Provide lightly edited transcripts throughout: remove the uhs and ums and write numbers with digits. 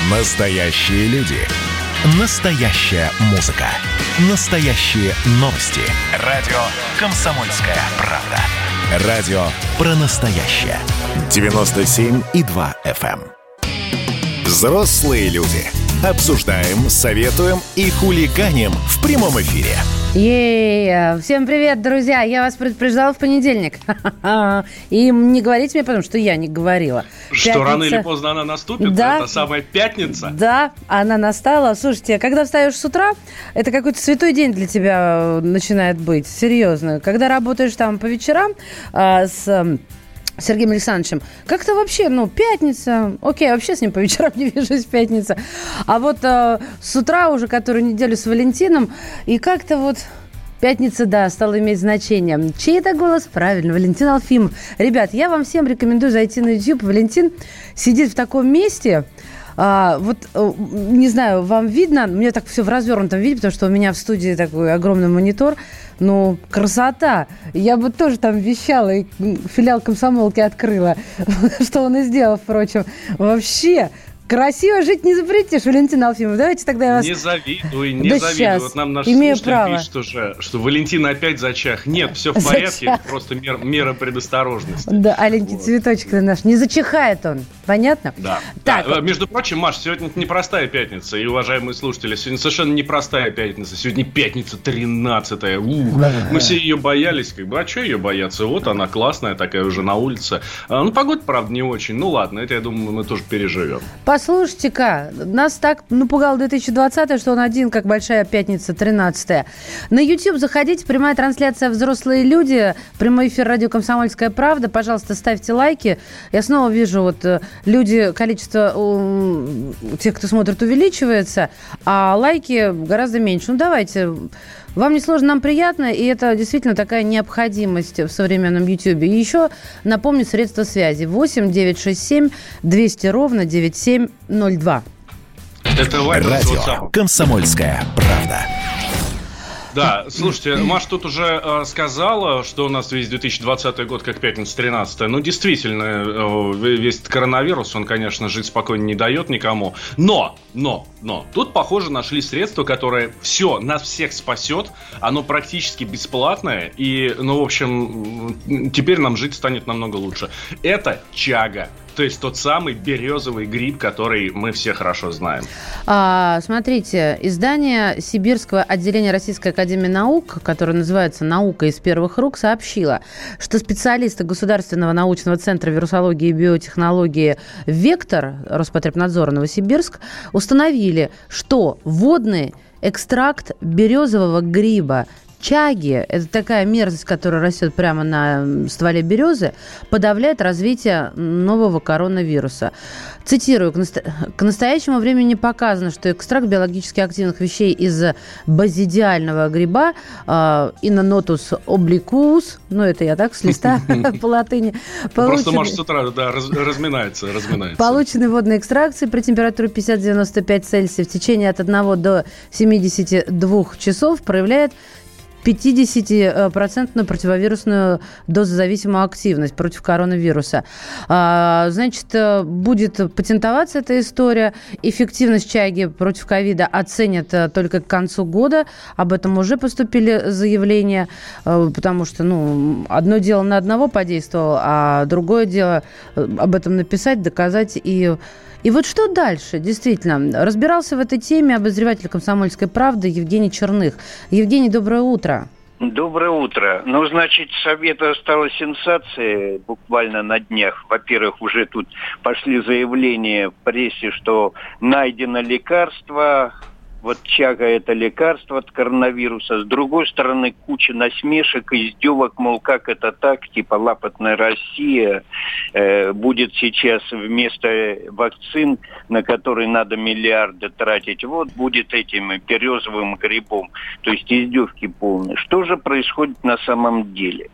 Настоящие люди. Настоящая музыка. Настоящие новости. Радио «Комсомольская правда». Радио про настоящее. 97,2 FM. Взрослые люди. Обсуждаем, советуем и хулиганим в прямом эфире. Всем привет, друзья! Я вас предупреждала в понедельник. И не говорите мне потом, что я не говорила. Что рано или поздно она наступит? Да. Это самая пятница? Да, она настала. Слушайте, когда встаешь с утра, это какой-то святой день для тебя начинает быть. Серьезно. Когда работаешь там по вечерам с Сергеем Александровичем, как-то вообще, пятница, окей, вообще с ним по вечерам не вижусь в пятницу. А вот с утра уже, которую неделю с Валентином, и как-то вот пятница, да, стала иметь значение. Чей это голос? Правильно, Валентин Алфимов. Ребят, я вам всем рекомендую зайти на YouTube. Валентин сидит в таком месте. Не знаю, вам видно? Мне так все в развернутом виде, потому что у меня в студии такой огромный монитор. Красота! Я бы тоже там вещала и филиал комсомолки открыла, что он и сделал, впрочем. Вообще, красиво жить не запретишь, Валентин Алфимов. Давайте тогда я вас... Не завидуй. Сейчас. Вот нам наш Имею слушатель право. пишет уже, что Валентин опять зачах. Нет, все в порядке, просто мера предосторожности. Да, аленький цветочек наш. Не зачихает он. Понятно? Да. Так. Да. Между прочим, Маш, сегодня непростая пятница. И, уважаемые слушатели, сегодня совершенно непростая пятница. Сегодня пятница 13-я. Мы все ее боялись. А что ее бояться? Вот она классная такая уже на улице. Погода, правда, не очень. Ладно, это, я думаю, мы тоже переживем. Послушайте-ка, нас так напугал 2020, что он один, как большая пятница 13-я. На YouTube заходите, прямая трансляция «Взрослые люди», прямой эфир радио «Комсомольская правда». Пожалуйста, ставьте лайки. Я снова вижу, люди, количество тех, кто смотрит, увеличивается, а лайки гораздо меньше. Давайте. Вам не сложно, нам приятно, и это действительно такая необходимость в современном YouTube. И еще напомню средства связи. 8 967 200 ровно 9702. Это Радио «Комсомольская правда». Да, слушайте, Маш тут уже сказала, что у нас весь 2020 год как пятница 13-я. Действительно, весь этот коронавирус, он, конечно, жить спокойно не дает никому. Но, тут, похоже, нашли средство, которое нас всех спасет. Оно практически бесплатное. И, в общем, теперь нам жить станет намного лучше. Это чага. То есть тот самый березовый гриб, который мы все хорошо знаем. Смотрите, издание Сибирского отделения Российской академии наук, которое называется «Наука из первых рук», сообщило, что специалисты Государственного научного центра вирусологии и биотехнологии «Вектор» Роспотребнадзора Новосибирск установили, что водный экстракт березового гриба чаги, это такая мерзость, которая растет прямо на стволе березы, подавляет развитие нового коронавируса. Цитирую, к настоящему времени не показано, что экстракт биологически активных вещей из базидиального гриба Inonotus obliquus, это я так с листа по латыни. Просто, может, с утра разминается. Полученный водной экстракции при температуре 50-95 Цельсия в течение от 1 до 72 часов проявляет 50% противовирусную дозозависимую активность против коронавируса. Будет патентоваться эта история. Эффективность чаги против ковида оценят только к концу года. Об этом уже поступили заявления, потому что, одно дело на одного подействовало, а другое дело об этом написать, доказать И вот что дальше, действительно. Разбирался в этой теме обозреватель «Комсомольской правды» Евгений Черных. Евгений, доброе утро. Доброе утро. Совета стала сенсацией буквально на днях. Во-первых, уже тут пошли заявления в прессе, что найдено лекарство. Чага – это лекарство от коронавируса. С другой стороны, куча насмешек и издевок, мол, как это так, лапотная Россия будет сейчас вместо вакцин, на которые надо миллиарды тратить, будет этим березовым грибом. То есть издевки полные. Что же происходит на самом деле?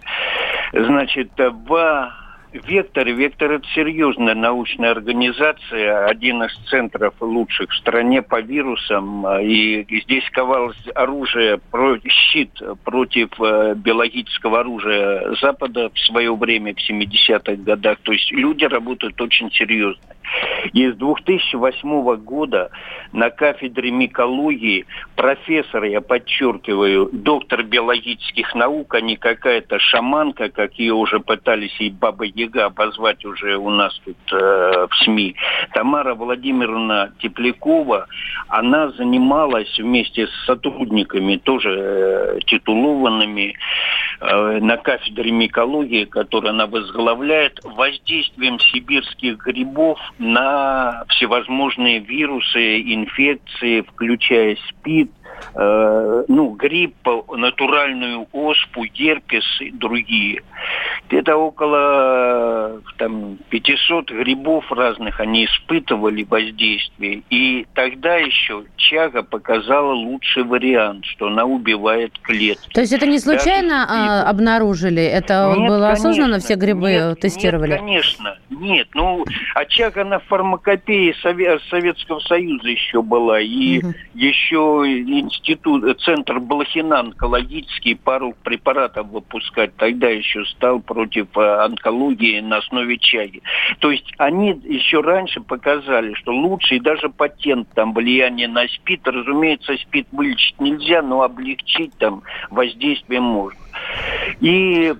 Вектор – это серьезная научная организация, один из центров лучших в стране по вирусам. И здесь ковалось оружие, щит против биологического оружия Запада в свое время, в 70-х годах. То есть люди работают очень серьезно. И с 2008 года на кафедре микологии профессор, я подчеркиваю, доктор биологических наук, а не какая-то шаманка, как ее уже пытались и Баба-Яга обозвать уже у нас тут в СМИ, Тамара Владимировна Теплякова, она занималась вместе с сотрудниками, тоже титулованными, на кафедре микологии, которую она возглавляет, воздействием сибирских грибов на всевозможные вирусы, инфекции, включая СПИД, грипп, натуральную оспу, герпес и другие. Это около 500 грибов разных они испытывали воздействие. И тогда еще чага показала лучший вариант, что она убивает клетки. То есть это не случайно обнаружили? Это нет, было осознанно, все грибы тестировали? Нет, конечно. Нет. А чага, она в фармакопее Советского Союза еще была. И еще центр Блохина онкологический пару препаратов выпускать. Тогда еще стал против онкологии на основе чаги. То есть они еще раньше показали, что лучше, и даже патент влияние на СПИД. Разумеется, СПИД вылечить нельзя, но облегчить воздействие можно. И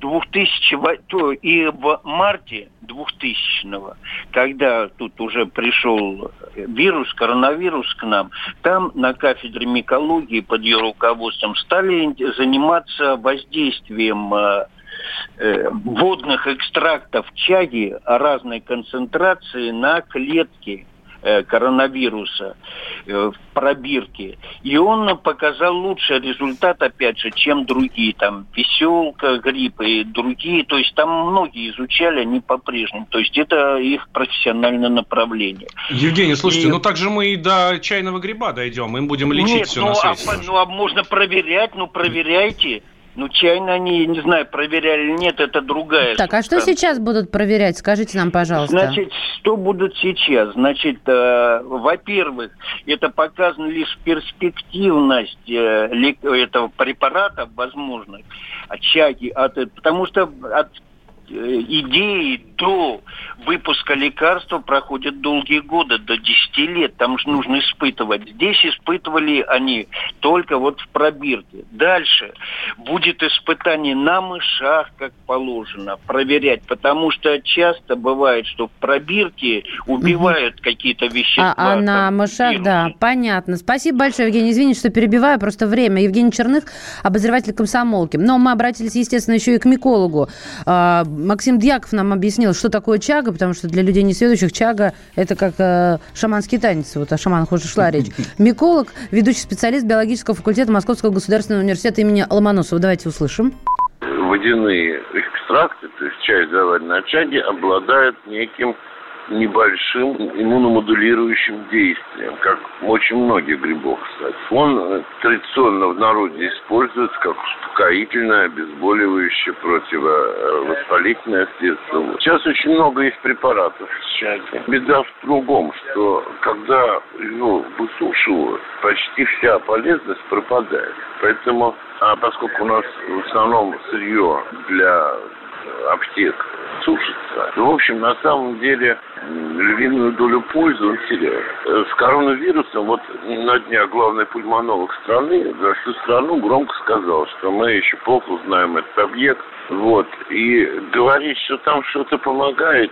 в марте 2000-го, когда тут уже пришел коронавирус к нам, там на кафедре микологии под ее руководством стали заниматься воздействием водных экстрактов чаги разной концентрации на клетки коронавируса в пробирке. И он показал лучший результат, опять же, чем другие. Веселка, грипп и другие. То есть там многие изучали, они по-прежнему. То есть это их профессиональное направление. Евгений, слушайте, так же мы и до чайного гриба дойдем. Им будем лечить все на свете. Можно проверять, проверяйте. Чайно они, не знаю, проверяли или нет, это другая. Так, а что сейчас будут проверять? Скажите нам, пожалуйста. Значит, что будут сейчас? Значит, во-первых, это показана лишь перспективность этого препарата, возможно, от чаги, потому что от идеи до выпуска лекарства проходят долгие годы, до 10 лет. Там же нужно испытывать. Здесь испытывали они только в пробирке. Дальше будет испытание на мышах, как положено, проверять. Потому что часто бывает, что в пробирке убивают какие-то вещества. А на мышах, вирусы. Да, понятно. Спасибо большое, Евгений. Извините, что перебиваю, просто время. Евгений Черных, обозреватель «Комсомолки». Но мы обратились, естественно, еще и к микологу. Максим Дьяков нам объяснил, что такое чага, потому что для людей несведущих чага – это как шаманский танец. О шаманах уже шла речь. Миколог, ведущий специалист биологического факультета Московского государственного университета имени Ломоносова. Давайте услышим. Водяные экстракты, то есть чай, заваренный на чаге, обладают неким небольшим иммуномодулирующим действием, как очень многих грибов, кстати. Он традиционно в народе используется как успокоительное, обезболивающее, противовоспалительное средство. Сейчас очень много есть препаратов в чаге. Беда в другом, что когда его высушивают, почти вся полезность пропадает. Поэтому, поскольку у нас в основном сырье для аптек сушится, в общем, на самом деле львиную долю пользы он теряет. С коронавирусом, на днях главный пульмонолог страны за всю страну громко сказал, что мы еще плохо знаем этот объект. И говорить, что там что-то помогает,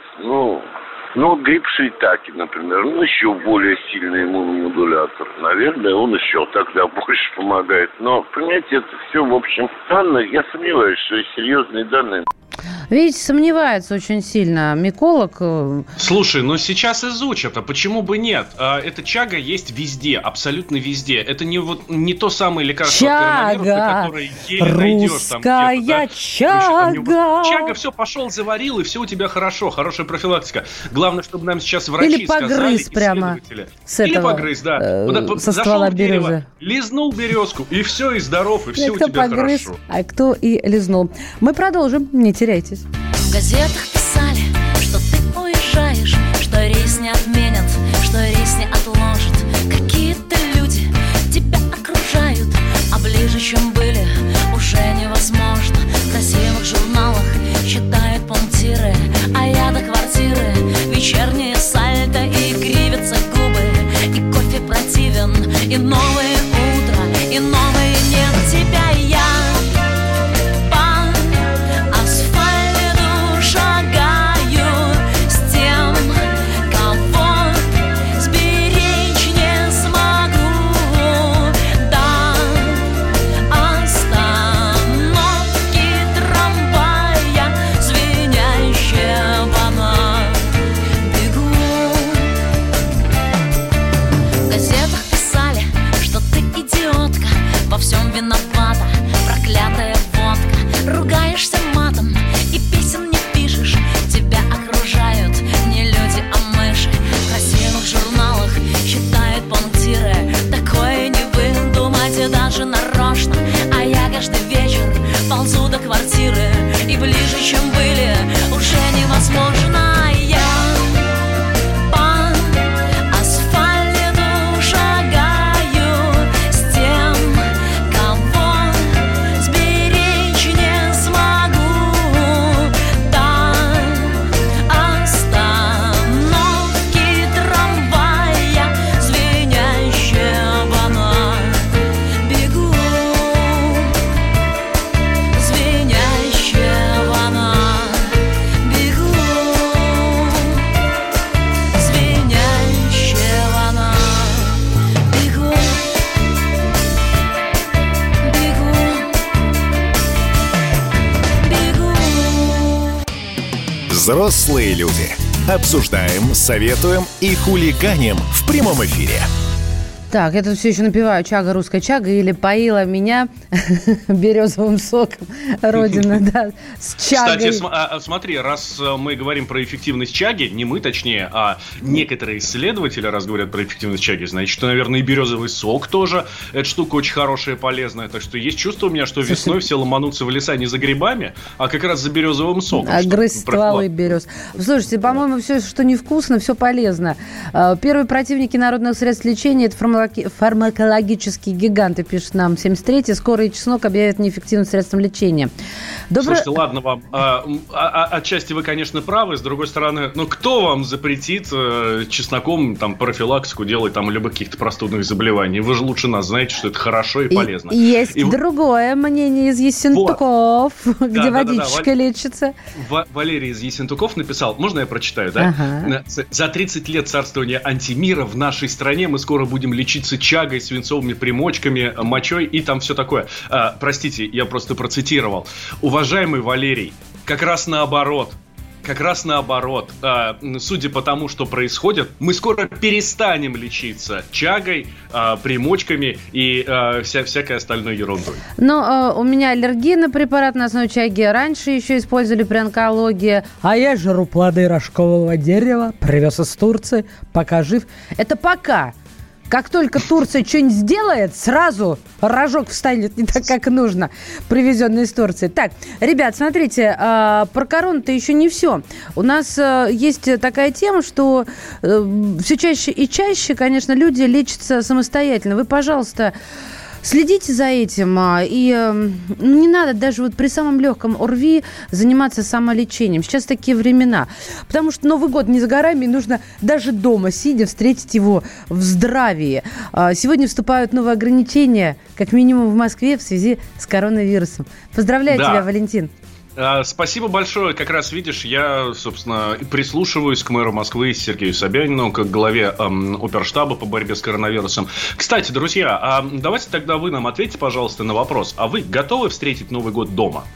грипп шиитаке, например, еще более сильный иммуномодулятор. Наверное, он еще тогда больше помогает. Но, понимаете, это все, в общем, данные. Я сомневаюсь, что есть серьезные данные. Видите, сомневается очень сильно миколог. Слушай, сейчас изучат, а почему бы нет? Эта чага есть везде, абсолютно везде. Это не то самое лекарство от коронавируса, которое еле найдешь там где-то. Да? Чага! Чага, все, пошел, заварил, и все у тебя хорошо, хорошая профилактика. Главное, чтобы нам сейчас врачи сказали, исследователи. Или погрыз, да. Со ствола березы. Лизнул березку, и все, и здоров, и все у тебя погрыз, хорошо. А кто и лизнул. Мы продолжим, не теряйтесь. В газетах писали, что ты уезжаешь, что рейс не отменят, что рейс не отложат. Какие-то люди тебя окружают, а ближе, чем были, уже невозможно. В красивых журналах читают пунктиры, а я до квартиры вечерние сайты Взрослые люди. Обсуждаем, советуем и хулиганим в прямом эфире. Так, я тут все еще напеваю «Чага, русская чага» или «Поила меня березовым соком Родина», да, с чагой. Кстати, смотри, раз мы говорим про эффективность чаги, не мы, точнее, а некоторые исследователи, раз говорят про эффективность чаги, значит, что, наверное, и березовый сок тоже, эта штука очень хорошая и полезная. Так что есть чувство у меня, что весной все ломанутся в леса не за грибами, а как раз за березовым соком. Грызть стволы берез. Слушайте, по-моему, все, что невкусно, все полезно. Первые противники народных средств лечения – это фармакологические гиганты, пишет нам 73-й. Скоро и чеснок объявят неэффективным средством лечения. Слушайте, ладно вам. Отчасти вы, конечно, правы. С другой стороны, кто вам запретит чесноком там профилактику делать там любых каких-то простудных заболеваний? Вы же лучше нас знаете, что это хорошо и полезно. Есть другое мнение из Ессентуков, где водичка лечится. Валерий из Ессентуков написал, можно я прочитаю, да? Ага. За 30 лет царствования антимира в нашей стране мы скоро будем лечиться чагой, свинцовыми примочками, мочой и там все такое. Простите, я просто процитировал. Уважаемый Валерий, как раз наоборот. Судя по тому, что происходит, мы скоро перестанем лечиться чагой, примочками и всякой остальной ерундой. Но у меня аллергия на препарат на основе чаги. Раньше еще использовали при онкологии. А я жру плоды рожкового дерева, привез из Турции, пока жив. Это пока. Как только Турция что-нибудь сделает, сразу рожок встанет не так, как нужно, привезенный из Турции. Так, ребят, смотрите, про корону-то еще не все. У нас есть такая тема, что все чаще и чаще, конечно, люди лечатся самостоятельно. Вы, пожалуйста, следите за этим, и не надо даже вот при самом легком ОРВИ заниматься самолечением. Сейчас такие времена. Потому что Новый год не за горами, и нужно даже дома, сидя, встретить его в здравии. Сегодня вступают новые ограничения, как минимум в Москве, в связи с коронавирусом. Поздравляю тебя, Валентин. Спасибо большое. Как раз, видишь, я, собственно, прислушиваюсь к мэру Москвы Сергею Собянину, как главе оперштаба по борьбе с коронавирусом. Кстати, друзья, давайте тогда вы нам ответьте, пожалуйста, на вопрос. А вы готовы встретить Новый год дома?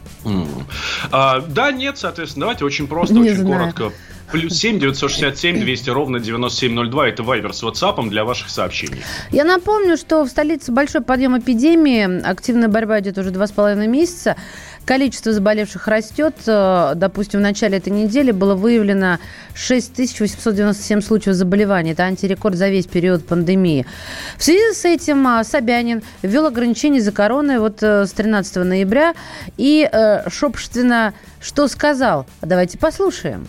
Да, нет, соответственно, давайте очень просто, очень коротко. +7 967 200 ровно 9702. Это Вайбер с WhatsApp для ваших сообщений. Я напомню, что в столице большой подъем эпидемии. Активная борьба идет уже 2,5 месяца. Количество заболевших растет. Допустим, в начале этой недели было выявлено 6897 случаев заболеваний. Это антирекорд за весь период пандемии. В связи с этим Собянин ввел ограничения из-за короны с 13 ноября. И, собственно, что сказал? Давайте послушаем.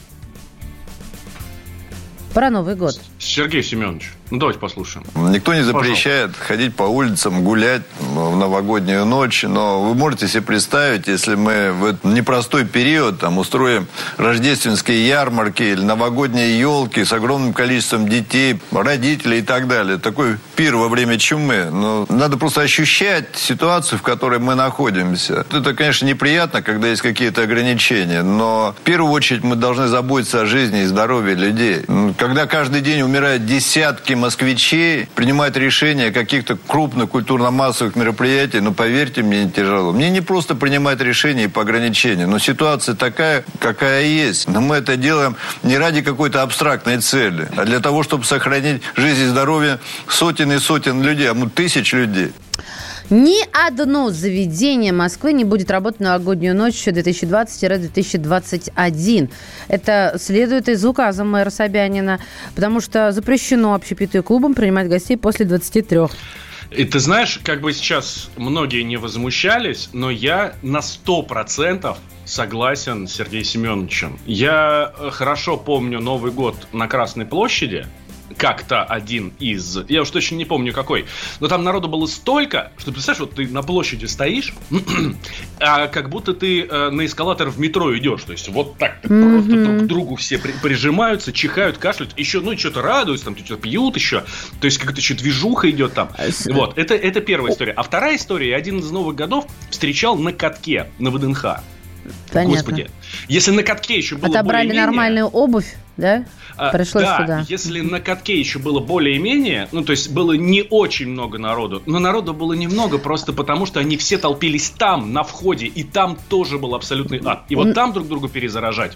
Про Новый год. Сергей Семенович, давайте послушаем. Никто не запрещает ходить по улицам, гулять в новогоднюю ночь, но вы можете себе представить, если мы в этот непростой период устроим рождественские ярмарки или новогодние елки с огромным количеством детей, родителей и так далее. Такой пир во время чумы. Но надо просто ощущать ситуацию, в которой мы находимся. Это, конечно, неприятно, когда есть какие-то ограничения, но в первую очередь мы должны заботиться о жизни и здоровье людей. Когда каждый день умирают десятки москвичей, принимать решения о каких-то крупных культурно-массовых мероприятиях, поверьте мне, тяжело. Мне не просто принимать решения по ограничениям, но ситуация такая, какая есть. Но мы это делаем не ради какой-то абстрактной цели, а для того, чтобы сохранить жизнь и здоровье сотен и сотен людей, тысяч людей. Ни одно заведение Москвы не будет работать новогоднюю ночь 2020-2021. Это следует из указа мэра Собянина, потому что запрещено общепиту и клубам принимать гостей после 23. И ты знаешь, как бы сейчас многие не возмущались, но я на 100% согласен с Сергеем Семеновичем. Я хорошо помню Новый год на Красной площади. Как-то один из... Я уж точно не помню какой. Но там народу было столько, что, представляешь, ты на площади стоишь, а как будто ты на эскалатор в метро идешь. То есть вот так просто друг к другу все прижимаются, чихают, кашляют. Еще, что-то радуются, там что-то пьют еще. То есть какая-то еще движуха идет там. Вот, это первая история. А вторая история, я один из новых годов встречал на катке, на ВДНХ. Понятно. Господи, если на катке еще было отобрали нормальную обувь, да? Пришлось сюда. Если на катке еще было более-менее, то есть было не очень много народу, но народу было немного просто потому, что они все толпились там, на входе, и там тоже был абсолютный ад. И вот там друг друга перезаражать.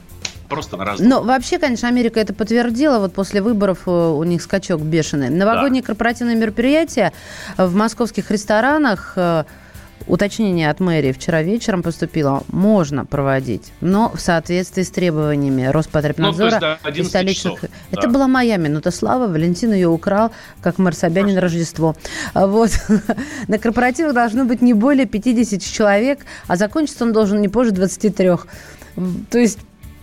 Просто на раздумье. Но вообще, конечно, Америка это подтвердила. Вот после выборов у них скачок бешеный. Новогодние корпоративные мероприятия в московских ресторанах... Уточнение от мэрии вчера вечером поступило. Можно проводить, но в соответствии с требованиями Роспотребнадзора и столичных... Часов. Это была моя минута славы. Валентин ее украл, как мэр Собянин на Рождество. Вот. На корпоративах должно быть не более 50 человек, а закончиться он должен не позже 23. То есть...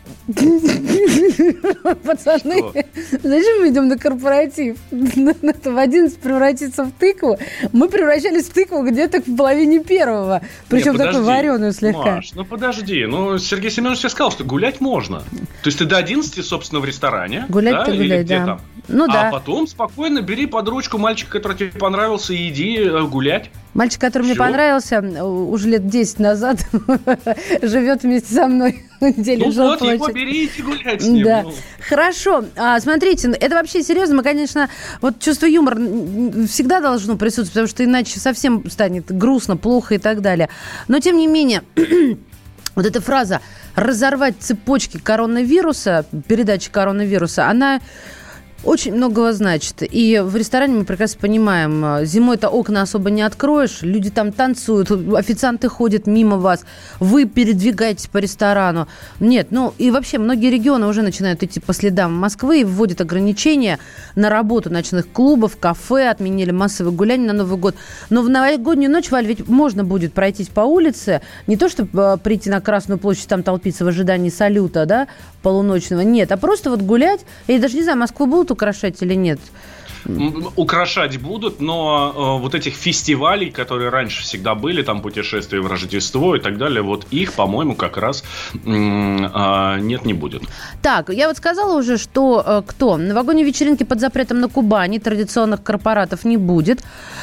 Пацаны, зачем мы идем на корпоратив? В 11 превратиться в тыкву. Мы превращались в тыкву где-то в половине первого. Причем такую вареную слегка. Маш, подожди. Сергей Семенович тебе сказал, что гулять можно. То есть ты до 11, собственно, в ресторане. Гулять-то да, гулять, да. Там. Да. А потом спокойно бери под ручку мальчика, который тебе понравился, и иди гулять. Мальчик, который мне понравился, уже лет 10 назад живет вместе со мной. Его берите гулять с ним. Да. Хорошо. Смотрите, это вообще серьезно. Мы, конечно, вот чувство юмора всегда должно присутствовать, потому что иначе совсем станет грустно, плохо и так далее. Но, тем не менее... Вот эта фраза «разорвать цепочки коронавируса», передачи коронавируса, она очень многого значит. И в ресторане мы прекрасно понимаем, зимой-то окна особо не откроешь, люди там танцуют, официанты ходят мимо вас, вы передвигаетесь по ресторану. Нет, и вообще многие регионы уже начинают идти по следам Москвы и вводят ограничения на работу ночных клубов, кафе, отменили массовые гуляния на Новый год. Но в новогоднюю ночь, Валь, ведь можно будет пройтись по улице, не то, чтобы прийти на Красную площадь, там толпиться в ожидании салюта, да, полуночного, нет, а просто вот гулять. Я даже не знаю, Москву будут украшать или нет? Украшать будут, но вот этих фестивалей, которые раньше всегда были, там путешествия в Рождество и так далее, вот их, по-моему, как раз не будет. Так, я вот сказала уже, что новогодние вечеринки под запретом на Кубани, традиционных корпоратов не будет.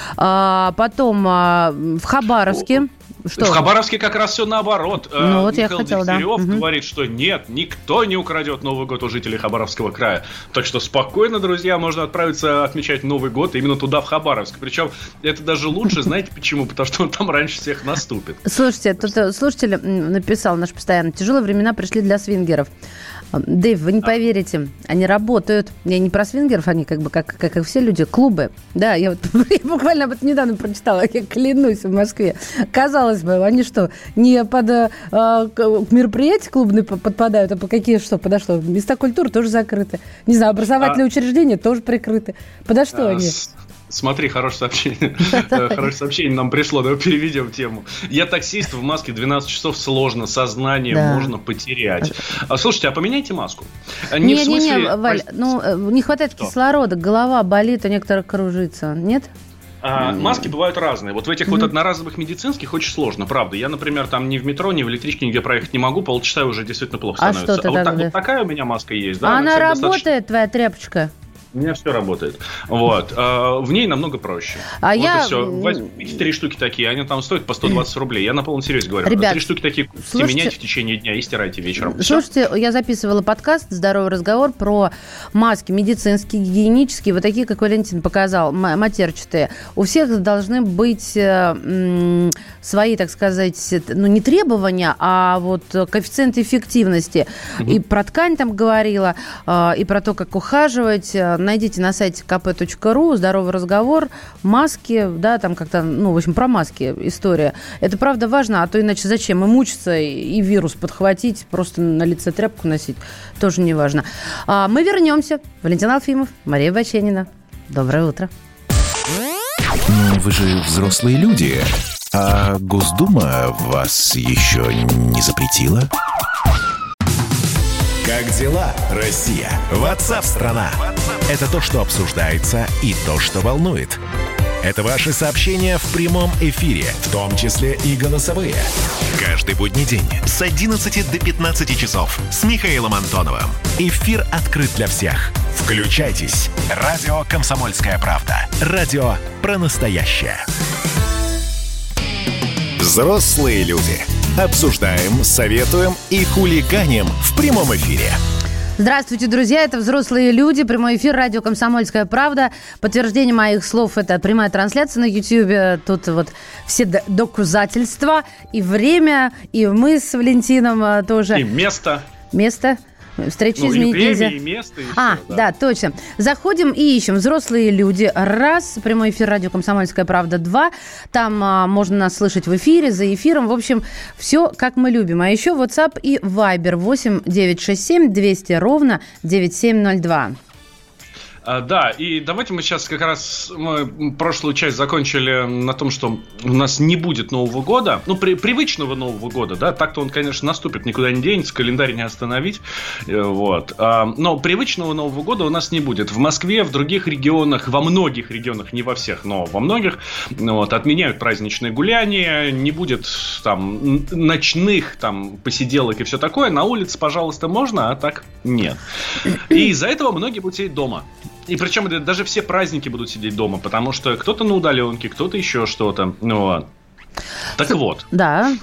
Потом в Хабаровске. Что? В Хабаровске как раз все наоборот. Михаил Дегтярев говорит, что нет, никто не украдет Новый год у жителей Хабаровского края. Так что спокойно, друзья, можно отправиться отмечать Новый год именно туда, в Хабаровск. Причем это даже лучше, знаете почему? Потому что он там раньше всех наступит. Слушайте, тут слушатель написал наш постоянно: тяжелые времена пришли для свингеров. Дэйв, вы не поверите, они работают. Я не про свингеров, они как и все люди, клубы. Да, я буквально об этом недавно прочитала, я клянусь, в Москве. Казалось бы, они что, не под мероприятия клубные подпадают, а по какие что? Подо что? Места культуры тоже закрыты. Не знаю, образовательные учреждения тоже прикрыты. Подо что они? Смотри, хорошее сообщение нам пришло, давай переведем тему. Я таксист, в маске 12 часов сложно, сознание можно потерять. Слушайте, а поменяйте маску. Не, Валь, не хватает кислорода, голова болит, а некоторых кружится, нет? Маски бывают разные. Вот в этих вот одноразовых медицинских очень сложно, правда. Я, например, там ни в метро, ни в электричке нигде проехать не могу, полчаса уже действительно плохо становится. Вот такая у меня маска есть. Да, она работает, твоя тряпочка? У меня все работает. Вот. В ней намного проще. Возьмите 3 штуки такие, они там стоят по 120 рублей. Я на полном серьезе говорю. Ребят, 3 штуки такие купите, меняйте в течение дня и стирайте вечером. Слушайте, я записывала подкаст «Здоровый разговор» про маски медицинские, гигиенические, вот такие, как Валентин показал, матерчатые. У всех должны быть свои, так сказать, не требования, а вот коэффициенты эффективности. И про ткань там говорила, и про то, как ухаживать. Найдите на сайте kp.ru «Здоровый разговор», маски, да, там как-то, в общем, про маски история. Это правда важно, а то иначе зачем и мучиться, и вирус подхватить, просто на лице тряпку носить, тоже не важно. Мы вернемся. Валентин Алфимов, Мария Баченина. Доброе утро. Вы же взрослые люди, а Госдума вас еще не запретила? Как дела, Россия? WhatsApp-страна! Это то, что обсуждается, и то, что волнует. Это ваши сообщения в прямом эфире, в том числе и голосовые. Каждый будний день с 11 до 15 часов с Михаилом Антоновым. Эфир открыт для всех. Включайтесь. Радио «Комсомольская правда». Радио про настоящее. Взрослые люди. Обсуждаем, советуем и хулиганим в прямом эфире. Здравствуйте, друзья, это «Взрослые люди», прямой эфир, радио «Комсомольская правда». Подтверждение моих слов – это прямая трансляция на Ютьюбе. Тут вот все доказательства, и время, и мы с Валентином тоже. И место. Место? Встречи изменить нельзя. И место, и да, точно. Заходим и ищем. Взрослые люди. Раз. Прямой эфир радио «Комсомольская правда». 2. Там можно нас слышать в эфире, за эфиром. В общем, все как мы любим. А еще WhatsApp и Viber 8-967-200-97-02. Да, и давайте мы сейчас мы прошлую часть закончили на том, что у нас не будет Нового года, привычного Нового года, да, так-то он, конечно, наступит, никуда не денется, календарь не остановить, вот, но привычного Нового года у нас не будет. В Москве, в других регионах, во многих регионах, не во всех, но во многих, вот, отменяют праздничные гуляния, не будет там ночных там посиделок и все такое, на улице, пожалуйста, можно, а так нет. И из-за этого многие будут сидеть дома. И причем даже все праздники будут сидеть дома, потому что кто-то на удаленке, кто-то еще что-то. Так вот. Да.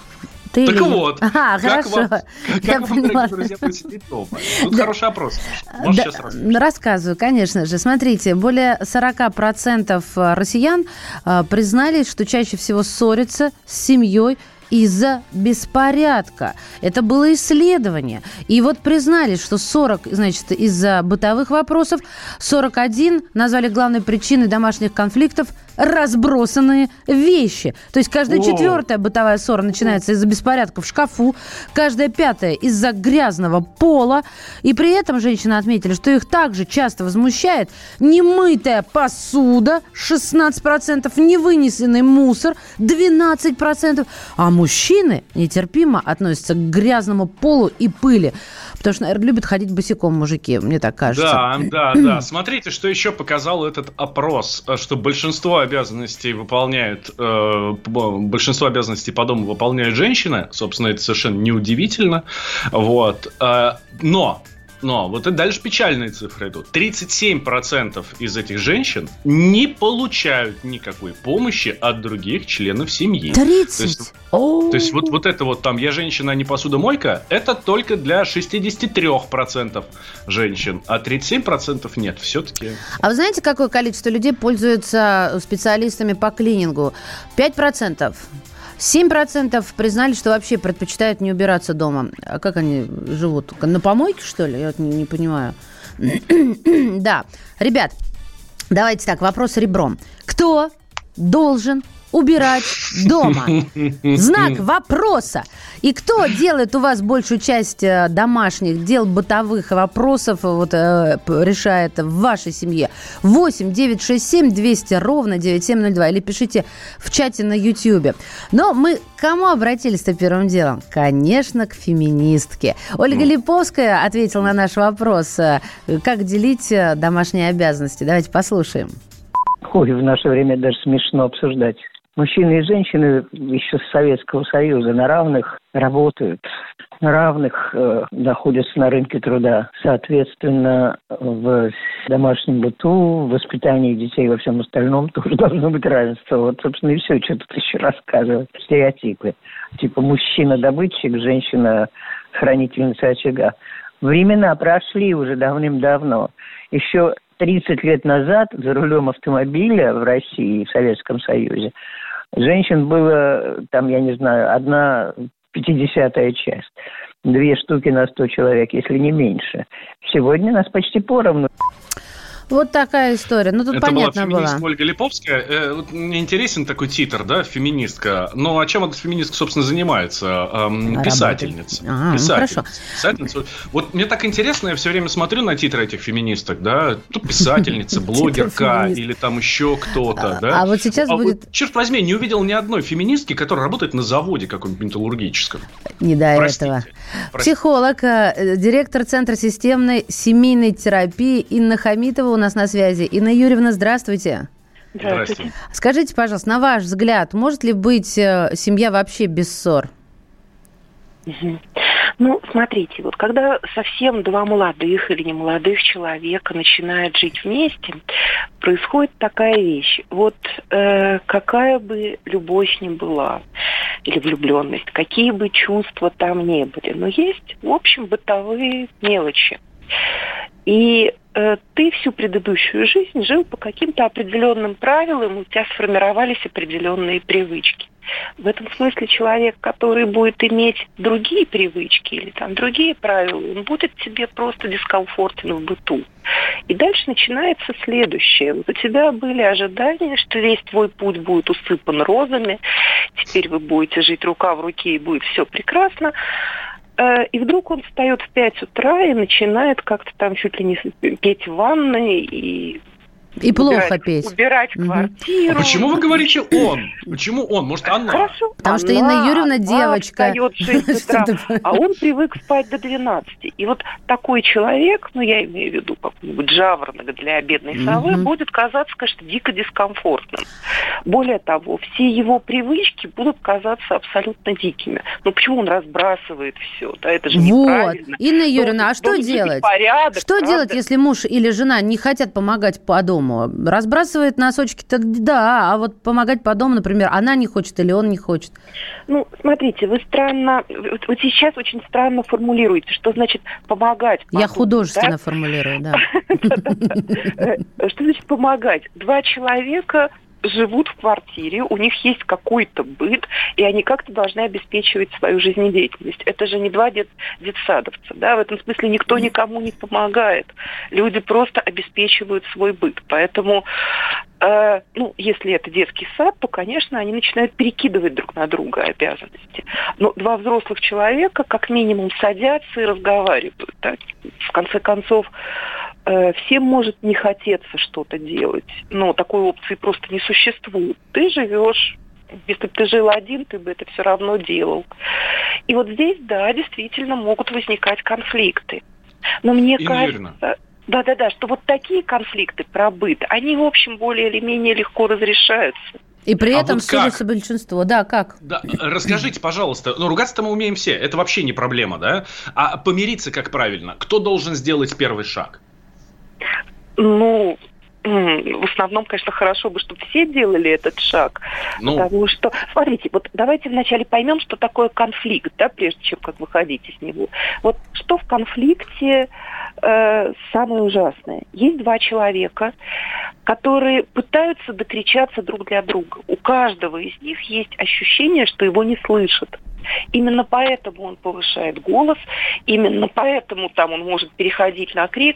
Хорошо. Как вам, дорогие друзья, будет сидеть дома? Тут хороший опрос. Можешь сейчас рассказать? Рассказываю, конечно же. Смотрите, более 40% россиян признались, что чаще всего ссорятся с семьей из-за беспорядка. Это было исследование. И вот признались, что 40, значит, из-за бытовых вопросов, 41 назвали главной причиной домашних конфликтов разбросанные вещи. То есть каждая четвертая бытовая ссора начинается из-за беспорядка в шкафу, каждая пятая из-за грязного пола. И при этом женщины отметили, что их также часто возмущает немытая посуда 16%, невынесенный мусор 12%, а мужчины нетерпимо относятся к грязному полу и пыли. Потому что, наверное, любят ходить босиком мужики, мне так кажется. Да. Смотрите, что еще показал этот опрос, что большинство обязанностей по дому выполняют женщины. Собственно, это совершенно неудивительно. Вот. Но вот это дальше печальные цифры идут. 37% из этих женщин не получают никакой помощи от других членов семьи. 30%? То есть вот это вот там «я женщина, а не посудомойка» это только для 63% женщин, а 37% нет. Все-таки... А вы знаете, какое количество людей пользуются специалистами по клинингу? 5%. 7% признали, что вообще предпочитают не убираться дома. А как они живут? На помойке, что ли? Я вот не понимаю. Да. Ребят, давайте так, вопрос ребром. Кто должен убирать дома? Знак вопроса. И кто делает у вас большую часть домашних дел, бытовых вопросов, решает в вашей семье? 8-967-200-97-02. Или пишите в чате на Ютьюбе. Но мы к кому обратились-то первым делом? Конечно, к феминистке. Ольга Липовская ответила на наш вопрос, как делить домашние обязанности. Давайте послушаем. В наше время даже смешно обсуждать. Мужчины и женщины еще с Советского Союза на равных работают, на равных находятся на рынке труда. Соответственно, в домашнем быту, в воспитании детей, во всем остальном тоже должно быть равенство. Вот, собственно, и все, что тут еще рассказывать. Стереотипы. Типа мужчина-добытчик, женщина-хранительница очага. Времена прошли уже давным-давно. Еще 30 лет назад за рулем автомобиля в России, в Советском Союзе, женщин было, там, я не знаю, 1/50 часть. 2 штуки на 100 человек, если не меньше. Сегодня нас почти поровну. Вот такая история. Ну, тут это понятно была феминистка было. Ольга Липовская. Мне интересен такой титр, да, феминистка. Но а чем эта феминистка, собственно, занимается? Писательница. Хорошо. Писательница. Вот мне так интересно, я все время смотрю на титры этих феминисток, да. Тут писательница, блогерка или там еще кто-то, да. А вот сейчас будет... Черт возьми, не увидел ни одной феминистки, которая работает на заводе каком-нибудь металлургическом. Не до этого. Психолог, директор Центра системной семейной терапии Инна Хамитова у нас на связи. Инна Юрьевна, здравствуйте. Здравствуйте. Скажите, пожалуйста, на ваш взгляд, может ли быть семья вообще без ссор? Ну, смотрите, вот когда совсем два молодых или немолодых человека начинают жить вместе, происходит такая вещь. Вот какая бы любовь ни была, или влюбленность, какие бы чувства там ни были, но есть, в общем, бытовые мелочи. И ты всю предыдущую жизнь жил по каким-то определенным правилам, у тебя сформировались определенные привычки. В этом смысле человек, который будет иметь другие привычки или там другие правила, он будет тебе просто дискомфортен в быту. И дальше начинается следующее. Вот у тебя были ожидания, что весь твой путь будет усыпан розами, теперь вы будете жить рука в руке и будет все прекрасно. И вдруг он встает в 5 утра и начинает как-то там чуть ли не петь в ванной и плохо петь. Убирать квартиру. А почему вы говорите «он»? Почему он? Может, Анна? Хорошо. Потому что Инна Юрьевна девочка. Встает в 6 утра, а он привык спать до 12. И вот такой человек, я имею в виду какой-нибудь жаворонок для бедной совы, будет казаться, конечно, дико дискомфортным. Более того, все его привычки будут казаться абсолютно дикими. Почему он разбрасывает все? Да, это же неправильно. Инна Юрьевна, а что делать? Что делать, если муж или жена не хотят помогать по дому? Разбрасывает носочки-то, да, а вот помогать по дому, например, она не хочет или он не хочет. Смотрите, вы странно, вот сейчас очень странно формулируете, что значит помогать по Я дому, художественно формулирую, да. Что значит помогать? 2 человека живут в квартире, у них есть какой-то быт, и они как-то должны обеспечивать свою жизнедеятельность. Это же не 2 детсадовца, да, в этом смысле никто никому не помогает. Люди просто обеспечивают свой быт. Поэтому, если это детский сад, то, конечно, они начинают перекидывать друг на друга обязанности. Но 2 взрослых человека как минимум садятся и разговаривают. Да? В конце концов, всем может не хотеться что-то делать, но такой опции просто не существует. Ты живешь, если бы ты жил один, ты бы это все равно делал. И вот здесь, да, действительно могут возникать конфликты. Но мне кажется... Да, что вот такие конфликты про быт, они, в общем, более или менее легко разрешаются. И при этом ссорится большинство. Да, как? Да, расскажите, пожалуйста, ругаться-то мы умеем все, это вообще не проблема, да? А помириться как правильно? Кто должен сделать первый шаг? В основном, конечно, хорошо бы, чтобы все делали этот шаг. Потому что, смотрите, вот давайте вначале поймем, что такое конфликт, да, прежде чем как выходить из него. Вот что в конфликте самое ужасное? Есть 2 человека, которые пытаются докричаться друг для друга. У каждого из них есть ощущение, что его не слышат. Именно поэтому он повышает голос, именно поэтому там он может переходить на крик.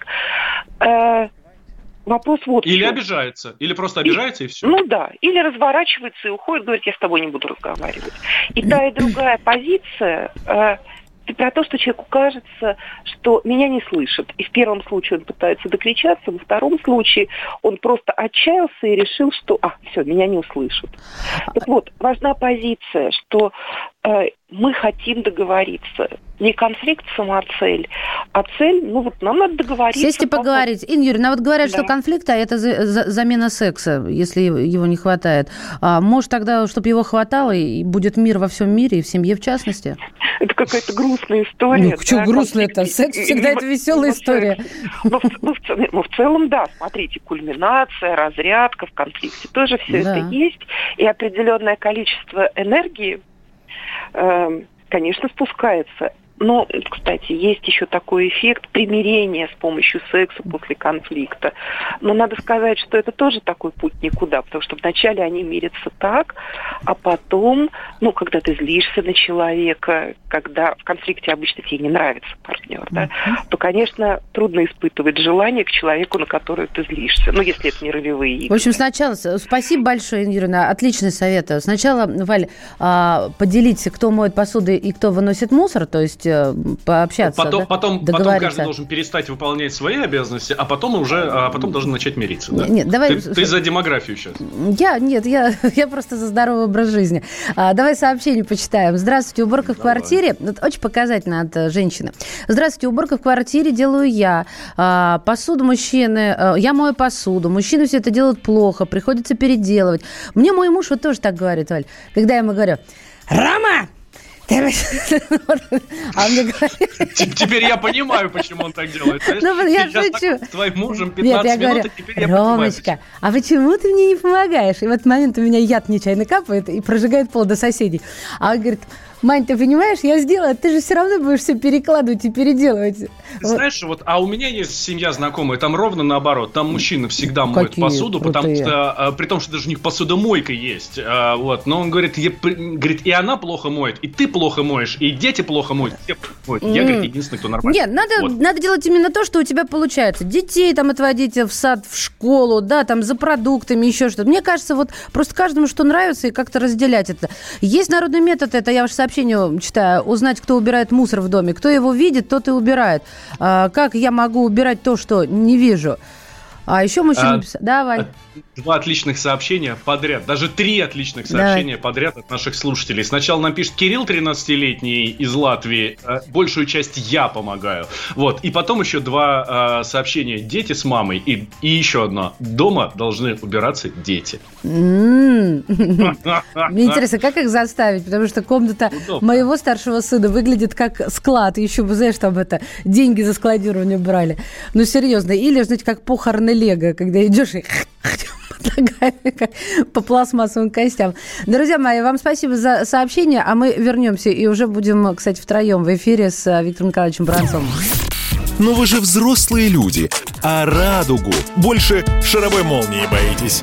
Вопрос вот или обижается, или просто обижается и все. Или разворачивается и уходит, говорит, я с тобой не буду разговаривать. И та, и другая позиция про то, что человеку кажется, что меня не слышат. И в первом случае он пытается докричаться, во втором случае он просто отчаялся и решил, что все, меня не услышат. Так вот, важна позиция, что мы хотим договориться. Не конфликт самоцель, а цель, нам надо договориться. Сесть и поговорить. Инна Юрьевна, вот говорят, что конфликт, это замена секса, если его не хватает. Может, тогда, чтобы его хватало, и будет мир во всем мире, и в семье в частности? Это какая-то грустная история. Что грустная-то? Секс всегда это веселая история. В целом, да. Смотрите, кульминация, разрядка в конфликте. Тоже все это есть. И определенное количество энергии, конечно, спускается. Но, кстати, есть еще такой эффект примирения с помощью секса после конфликта. Но надо сказать, что это тоже такой путь никуда, потому что вначале они мирятся так, а потом, когда ты злишься на человека, когда в конфликте обычно тебе не нравится партнер, да, то, конечно, трудно испытывать желание к человеку, на которого ты злишься. Если это не ролевые игры. В общем, сначала, спасибо большое, Инна Юрьевна, отличный совет. Сначала, Валь, поделить, кто моет посуду и кто выносит мусор, то есть пообщаться, потом каждый должен перестать выполнять свои обязанности, а потом должен начать мириться. Да? Нет, давай... Ты за демографию сейчас. Я просто за здоровый образ жизни. Давай сообщение почитаем. Здравствуйте, уборка в квартире. Это очень показательно от женщины. Здравствуйте, уборка в квартире делаю я. Посуду мужчины... Я мою посуду. Мужчины все это делают плохо, приходится переделывать. Мне мой муж вот тоже так говорит, Валь. Когда я ему говорю: «Рома! А он мне говорит... Теперь я понимаю, почему он так делает. Я шучу. С твоим мужем 15 минут, и теперь я понимаю. Ромочка, а почему ты мне не помогаешь? И в этот момент у меня яд нечаянно капает и прожигает пол до соседей. А он говорит: Мань, ты понимаешь, я сделала, ты же все равно будешь все перекладывать и переделывать. Ты знаешь, вот, а у меня есть семья знакомая, там ровно наоборот. Там мужчины всегда моют посуду, потому что, при том, что даже у них посудомойка есть. Вот, но он говорит, и она плохо моет, и ты плохо моешь, и дети плохо моют, все плохо моют. Я, говорит, единственный, кто нормально. Нет, надо делать именно то, что у тебя получается. Детей там отводить в сад, в школу, да, там за продуктами, еще что-то. Мне кажется, вот просто каждому, что нравится, и как-то разделять это. Есть народный метод, это я ваше сообщение читаю, узнать, кто убирает мусор в доме. Кто его видит, тот и убирает. Как я могу убирать то, что не вижу? А еще мужчина написал... Давай. 2 отличных сообщения подряд, даже 3 отличных сообщения подряд от наших слушателей. Сначала нам пишет Кирилл, 13-летний, из Латвии. Большую часть я помогаю. Вот. И потом еще 2 сообщения. Дети с мамой. И еще одно. Дома должны убираться дети. Мне интересно, как их заставить? Потому что комната моего старшего сына выглядит как склад. Еще бы, знаешь, там деньги за складирование брали. Ну, серьезно. Или, знаете, как похороны Лего, когда идешь и... под ногами, как по пластмассовым костям. Друзья мои, вам спасибо за сообщение, а мы вернемся и уже будем, кстати, втроем в эфире с Виктором Николаевичем Баранцовым. Но вы же взрослые люди, а радугу больше шаровой молнии боитесь.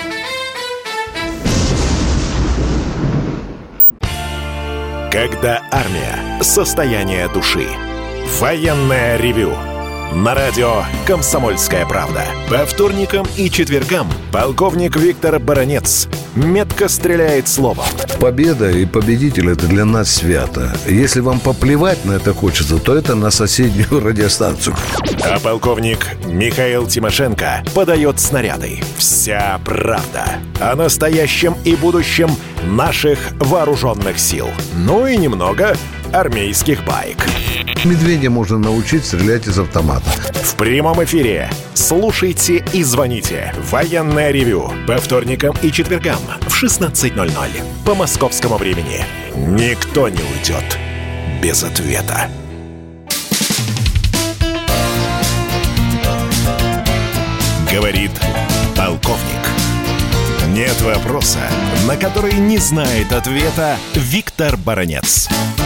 Когда армия. Состояние души. Военное ревю. На радио «Комсомольская правда». По вторникам и четвергам полковник Виктор Баранец метко стреляет словом. Победа и победитель – это для нас свято. Если вам поплевать на это хочется, то это на соседнюю радиостанцию. А полковник Михаил Тимошенко подает снаряды. Вся правда о настоящем и будущем наших вооруженных сил. Ну и немного армейских баек. Медведя можно научить стрелять из автомата. В прямом эфире слушайте и звоните. Военное ревю по вторникам и четвергам в 16:00 по московскому времени. Никто не уйдет без ответа. Говорит полковник. Нет вопроса, на который не знает ответа Виктор Баранец.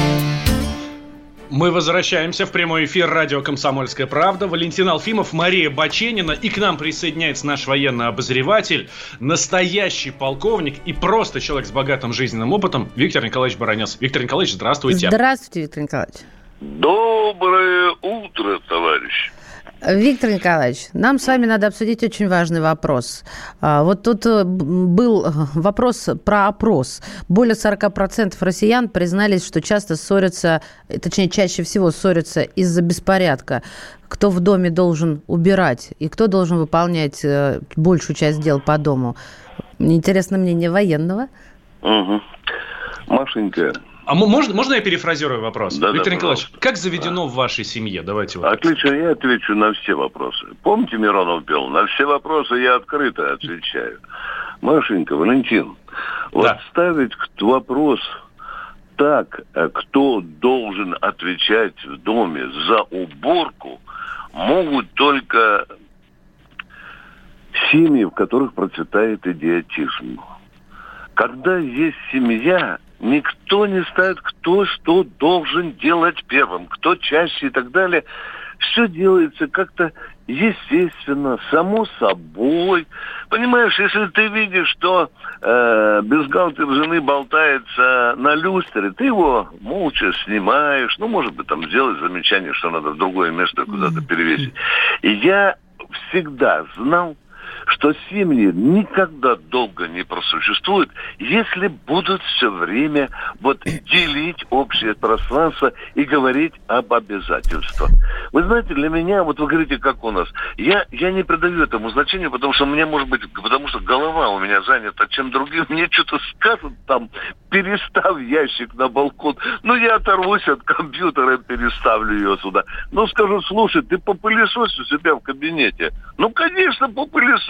Мы возвращаемся в прямой эфир радио «Комсомольская правда». Валентин Алфимов, Мария Баченина. И к нам присоединяется наш военный обозреватель, настоящий полковник и просто человек с богатым жизненным опытом Виктор Николаевич Баранец. Виктор Николаевич, здравствуйте. Здравствуйте, Виктор Николаевич. Доброе утро, товарищ. Виктор Николаевич, нам с вами надо обсудить очень важный вопрос. Вот тут был вопрос про опрос. Более 40% россиян признались, что часто ссорятся, точнее, чаще всего ссорятся из-за беспорядка. Кто в доме должен убирать и кто должен выполнять большую часть дел по дому? Мне интересно мнение военного. Угу. Машенька. А можно я перефразирую вопрос? Да, Виктор да, Николаевич, как заведено в вашей семье? Давайте вот. Отлично, я отвечу на все вопросы. Помните, Миронов пел? На все вопросы я открыто отвечаю. Машенька, Валентин, вот ставить вопрос так, кто должен отвечать в доме за уборку, могут только семьи, в которых процветает идиотизм. Когда есть семья, никто не ставит, кто что должен делать первым, кто чаще и так далее. Все делается как-то естественно, само собой. Понимаешь, если ты видишь, что бюстгальтер жены болтается на люстре, ты его молча снимаешь. Ну, может быть, там сделать замечание, что надо в другое место куда-то перевесить. И я всегда знал, что семьи никогда долго не просуществуют, если будут все время вот делить общее пространство и говорить об обязательствах. Вы знаете, для меня, вот вы говорите, как у нас, я не придаю этому значению, потому что мне, может быть, потому что голова у меня занята чем другим, мне что-то скажут там, перестав ящик на балкон, ну я оторвусь от компьютера и переставлю ее сюда. Ну скажу, слушай, ты попылесось у себя в кабинете. Ну, конечно, попылесось.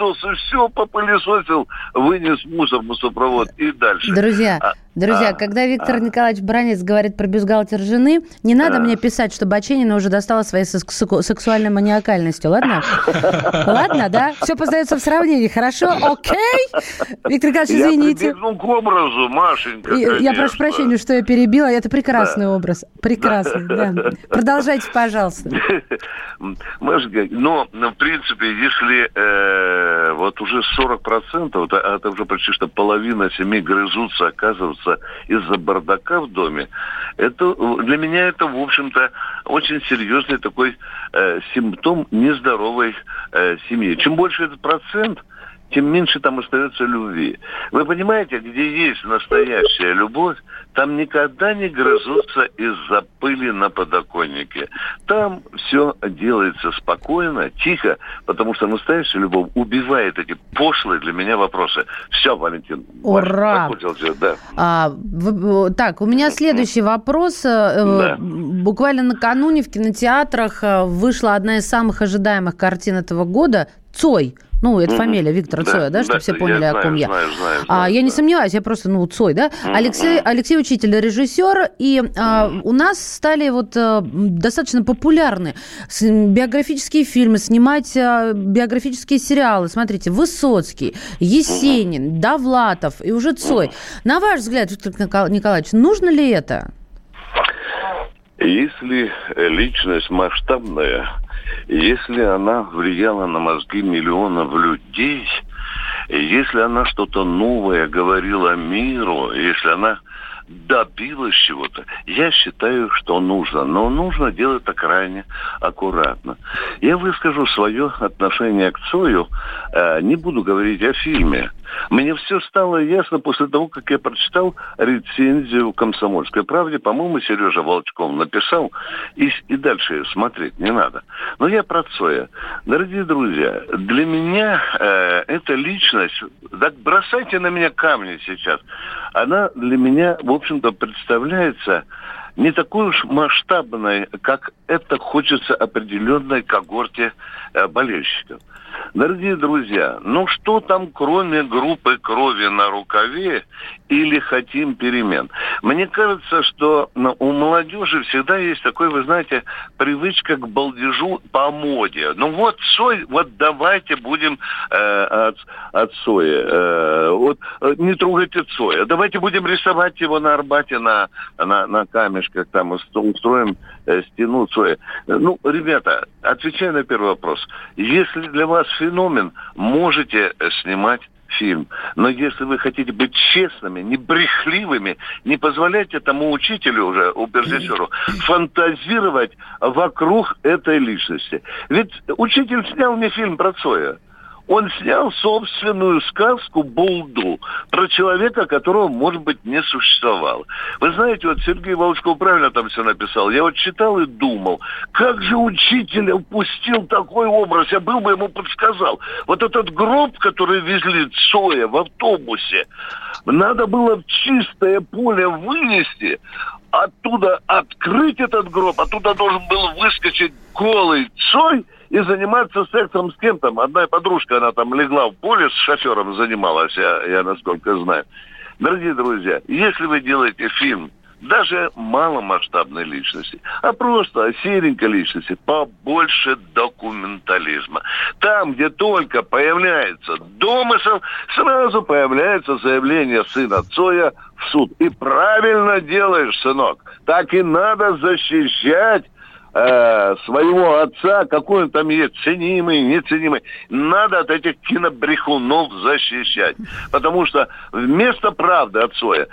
пылесос, и все попылесосил, вынес мусор, мусоропровод и дальше. Друзья, когда Виктор Николаевич Баранец говорит про бюстгальтер жены, не надо мне писать, что Баченина уже достала своей сексуальной маниакальностью, ладно? Ладно, да? Все познается в сравнении, хорошо? Окей? Виктор Николаевич, извините. Я прибегну к образу, Машенька, Я прошу прощения, что я перебила. Это прекрасный образ. Прекрасный, да. Продолжайте, пожалуйста. Машенька, но, в принципе, если вот уже 40%, это уже почти что половина семей грызутся, оказывается, из-за бардака в доме, это для меня это, в общем-то, очень серьезный такой симптом нездоровой семьи. Чем больше этот процент, тем меньше там остается любви. Вы понимаете, где есть настоящая любовь, там никогда не грызутся из-за пыли на подоконнике. Там все делается спокойно, тихо, потому что настоящая любовь убивает эти пошлые для меня вопросы. Все, Валентин. Ура! Да. Так, у меня следующий вопрос. Да. Буквально накануне в кинотеатрах вышла одна из самых ожидаемых картин этого года «Цой». Ну, это фамилия Виктора Цоя, да, чтобы все поняли, о ком я. Знаю, я не сомневаюсь, я просто, Цой, да. Алексей Учитель, режиссер, и у нас стали вот достаточно популярны биографические фильмы, снимать биографические сериалы. Смотрите, Высоцкий, Есенин, Довлатов и уже Цой. На ваш взгляд, Виктор Николаевич, нужно ли это? Если личность масштабная, если она влияла на мозги миллионов людей, если она что-то новое говорила миру, если она добилась чего-то, я считаю, что нужно. Но нужно делать это крайне аккуратно. Я выскажу свое отношение к Цою. Не буду говорить о фильме. Мне все стало ясно после того, как я прочитал рецензию в «Комсомольской правде». По-моему, Сережа Волчков написал. И дальше смотреть не надо. Но я про Цоя. Дорогие друзья, для меня эта личность... Так бросайте на меня камни сейчас. Она для меня, в общем-то, представляется не такой уж масштабной, как это хочется определенной когорте болельщиков. Дорогие друзья, что там, кроме группы крови на рукаве или хотим перемен? Мне кажется, что у молодежи всегда есть такой, вы знаете, привычка к балдежу по моде. Цой, давайте будем от Цоя. Не трогайте Цоя. Давайте будем рисовать его на Арбате на камешках, там устроим стену Цоя. Ребята, отвечая на первый вопрос. Если для вас феномен, можете снимать фильм. Но если вы хотите быть честными, не брехливыми, не позволяйте тому учителю уже, режиссеру, фантазировать вокруг этой личности. Ведь учитель снял мне фильм про Цоя. Он снял собственную сказку «Булду» про человека, которого, может быть, не существовало. Вы знаете, Сергей Волчков правильно там все написал. Я читал и думал, как же учитель упустил такой образ. Я бы ему подсказал. Этот гроб, который везли Цоя в автобусе, надо было в чистое поле вынести, оттуда открыть этот гроб, оттуда должен был выскочить голый Цой и заниматься сексом с кем-то. Одна подружка, она там легла в поле, с шофером занималась, я насколько знаю. Дорогие друзья, если вы делаете фильм даже маломасштабной личности, а просто серенькой личности, побольше документализма. Там, где только появляется домысел, сразу появляется заявление сына Цоя в суд. И правильно делаешь, сынок. Так и надо защищать своего отца, какой он там есть, ценимый, неценимый. Надо от этих кинобрехунов защищать. Потому что вместо правды от Цоя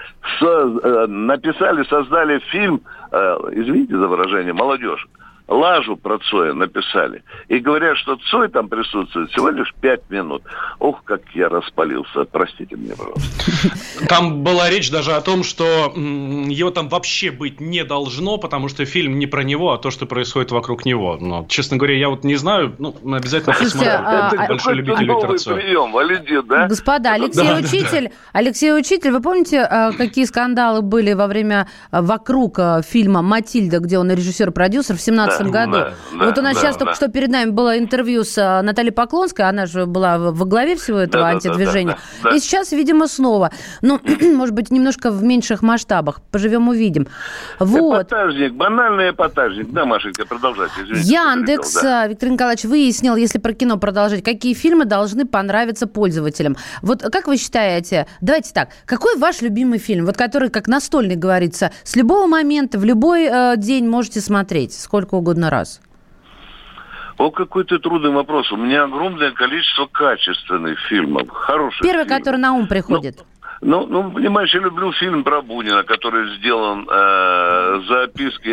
создали фильм, извините за выражение, молодежь. Лажу про Цоя написали. И говорят, что Цой там присутствует всего лишь 5 минут. Ох, как я распалился. Простите меня, пожалуйста. Там была речь даже о том, что его там вообще быть не должно, потому что фильм не про него, а то, что происходит вокруг него. Но, честно говоря, я не знаю, обязательно посмотрю. Это большой любитель Виктора Цоя. Прием, Валентин, да? Господа, Алексей Учитель, вы помните, какие скандалы были вокруг фильма «Матильда», где он режиссер и продюсер в 17 2019 году. Вот у нас сейчас только что перед нами было интервью с Натальей Поклонской, она же была во главе всего этого антидвижения. И сейчас, видимо, снова. Ну, может быть, немножко в меньших масштабах. Поживем, увидим. Вот. Эпатажник, банальный эпатажник. Да, Машенька, продолжайте. Извините, Яндекс, Виктор Николаевич, выяснил, если про кино продолжать, какие фильмы должны понравиться пользователям. Вот как вы считаете, давайте так, какой ваш любимый фильм, вот который, как настольный говорится, с любого момента, в любой день можете смотреть, сколько угодно раз? О, какой-то трудный вопрос. У меня огромное количество качественных фильмов, хороших Первый, фильмов. который на ум приходит. Ну, понимаешь, я люблю фильм про Бунина, который сделан записки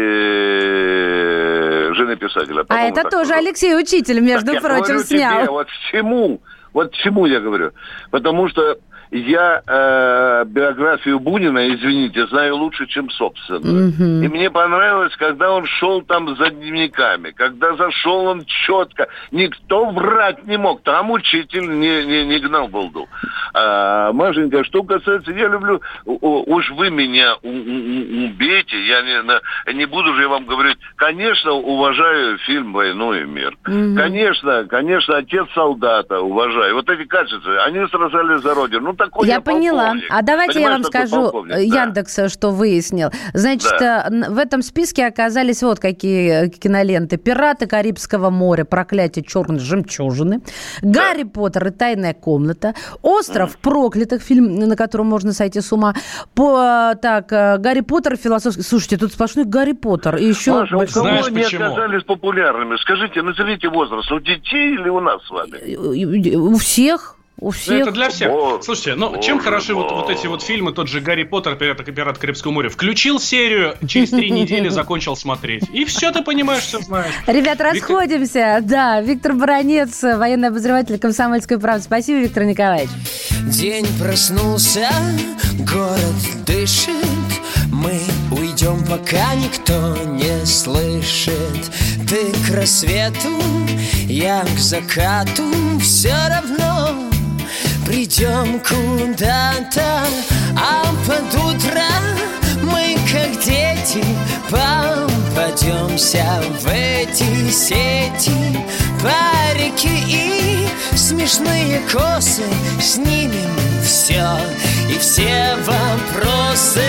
жены писателя. А это тоже Алексей Учитель, между прочим, снял. Тебе, вот чему я говорю. Потому что я биографию Бунина, извините, знаю лучше, чем собственную. И мне понравилось, когда он шел там за дневниками, когда зашел он четко. Никто врать не мог. Там учитель не гнал балду. Машенька, что касается, я люблю, уж вы меня убейте, я не буду же вам говорить, конечно, уважаю фильм «Войну и мир». Конечно, «Отец солдата» уважаю. Вот эти качества, они сражались за Родину. Такой я поняла. Полковник. А давайте Понимаешь, я вам скажу, Яндекс, что выяснил. Значит, в этом списке оказались вот какие киноленты. «Пираты Карибского моря. Проклятие черной жемчужины», «Гарри Поттер и тайная комната», «Остров проклятых», фильм, на котором можно сойти с ума. «Гарри Поттер» философский. Слушайте, тут сплошной Гарри Поттер. И еще Маша, у кого они оказались популярными? Скажите, назовите возраст. У детей или у нас с вами? У всех. У всех. Это для всех. Слушайте, чем хороши вот эти вот фильмы, тот же «Гарри Поттер», «Пират Карибского моря». Включил серию, через 3 недели закончил смотреть. И все ты понимаешь, все знаешь. Ребят, расходимся. Да, Виктор Баранец, военный обозреватель «Комсомольской правды». Спасибо, Виктор Николаевич. День проснулся, город дышит. Мы уйдем, пока никто не слышит. Ты к рассвету, я к закату. Все равно придем куда-то, а под утро мы, как дети, попадемся в эти сети. Парики и смешные косы, снимем все и все вопросы.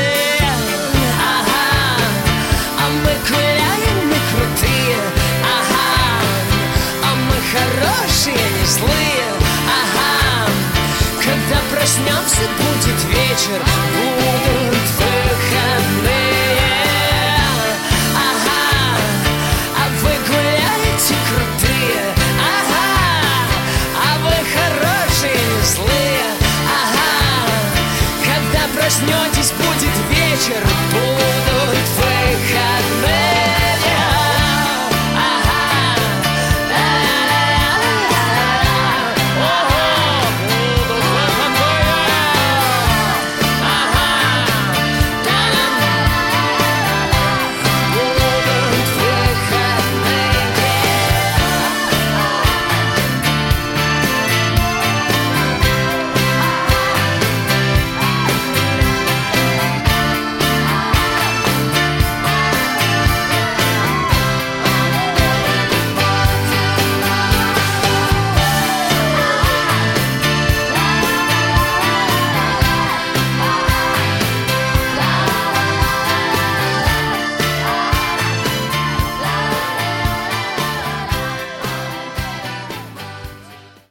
Ага, а мы гуляем, мы крутые. Ага, а мы хорошие, не злые. Ага, когда проснемся, будет вечер, будут выходные. Ага, а вы гуляете крутые. Ага, а вы хорошие, не злые. Ага, когда проснетесь, будет вечер,